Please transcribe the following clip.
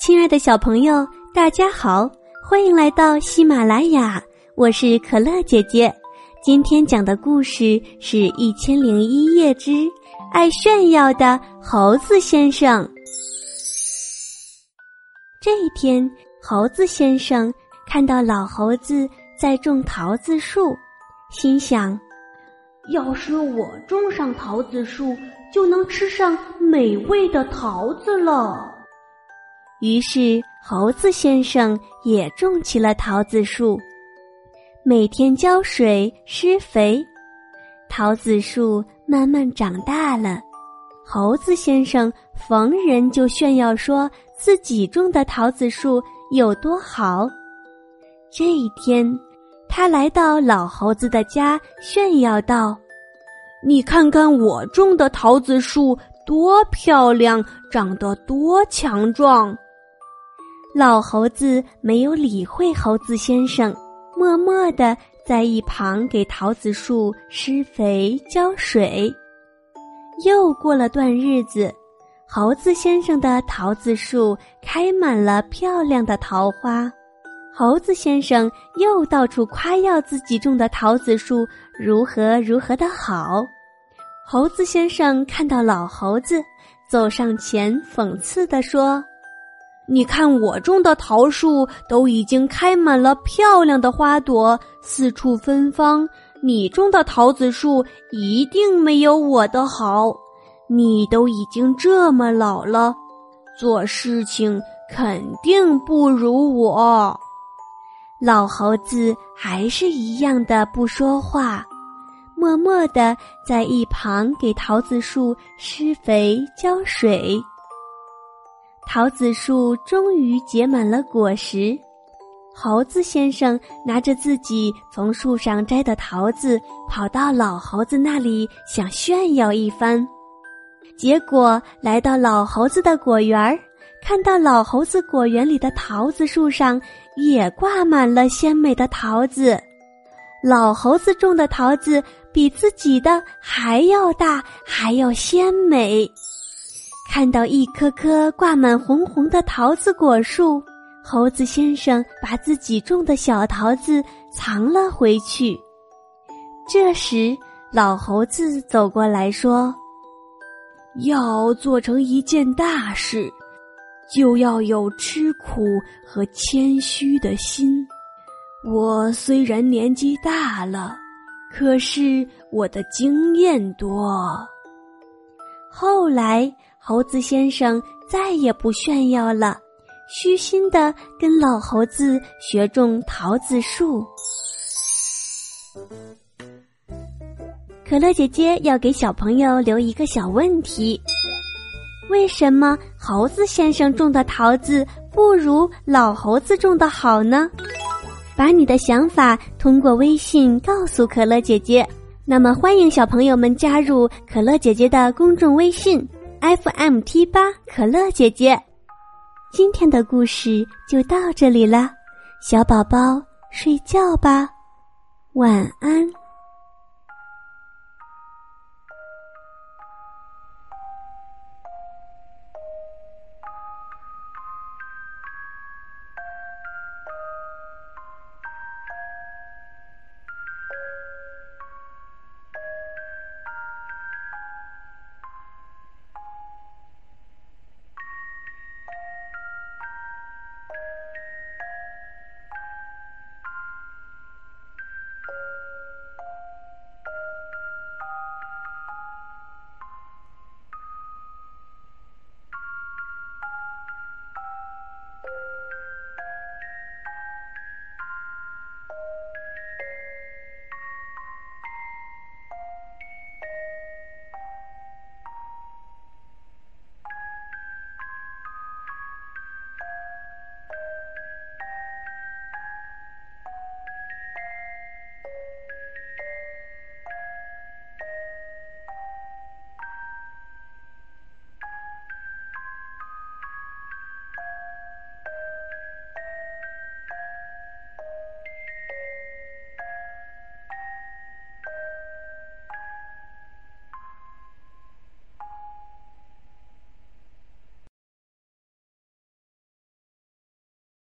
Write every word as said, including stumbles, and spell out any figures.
亲爱的小朋友，大家好，欢迎来到喜马拉雅，我是可乐姐姐。今天讲的故事是一千零一夜之爱炫耀的猴子先生。这一天，猴子先生看到老猴子在种桃子树，心想， 要是我种上桃子树，就能吃上美味的桃子了。 于是猴子先生也种起了桃子树，每天浇水施肥，桃子树慢慢长大了。猴子先生逢人就炫耀说自己种的桃子树有多好。这一天，他来到老猴子的家，炫耀道， 你看看我种的桃子树多漂亮，长得多强壮。 老猴子没有理会猴子先生，默默地在一旁给桃子树施肥浇水。又过了段日子，猴子先生的桃子树开满了漂亮的桃花，猴子先生又到处夸耀自己种的桃子树如何如何的好。猴子先生看到老猴子，走上前讽刺地说， 你看我种的桃树都已经开满了漂亮的花朵，四处芬芳，你种的桃子树一定没有我的好。你都已经这么老了，做事情肯定不如我。 老猴子还是一样的不说话，默默地在一旁给桃子树施肥浇水。桃子树终于结满了果实，猴子先生拿着自己从树上摘的桃子，跑到老猴子那里想炫耀一番。结果来到老猴子的果园，看到老猴子果园里的桃子树上也挂满了鲜美的桃子。老猴子种的桃子比自己的还要大，还要鲜美。看到一棵棵挂满红红的桃子果树，猴子先生把自己种的小桃子藏了回去。这时老猴子走过来说， 要做成一件大事，就要有吃苦和谦虚的心。我虽然年纪大了，可是我的经验多。 后来猴子先生再也不炫耀了，虚心地跟老猴子学种桃子树。可乐姐姐要给小朋友留一个小问题，为什么猴子先生种的桃子不如老猴子种的好呢？把你的想法通过微信告诉可乐姐姐。那么欢迎小朋友们加入可乐姐姐的公众微信 F M T 八 可乐姐姐。今天的故事就到这里了，小宝宝睡觉吧，晚安。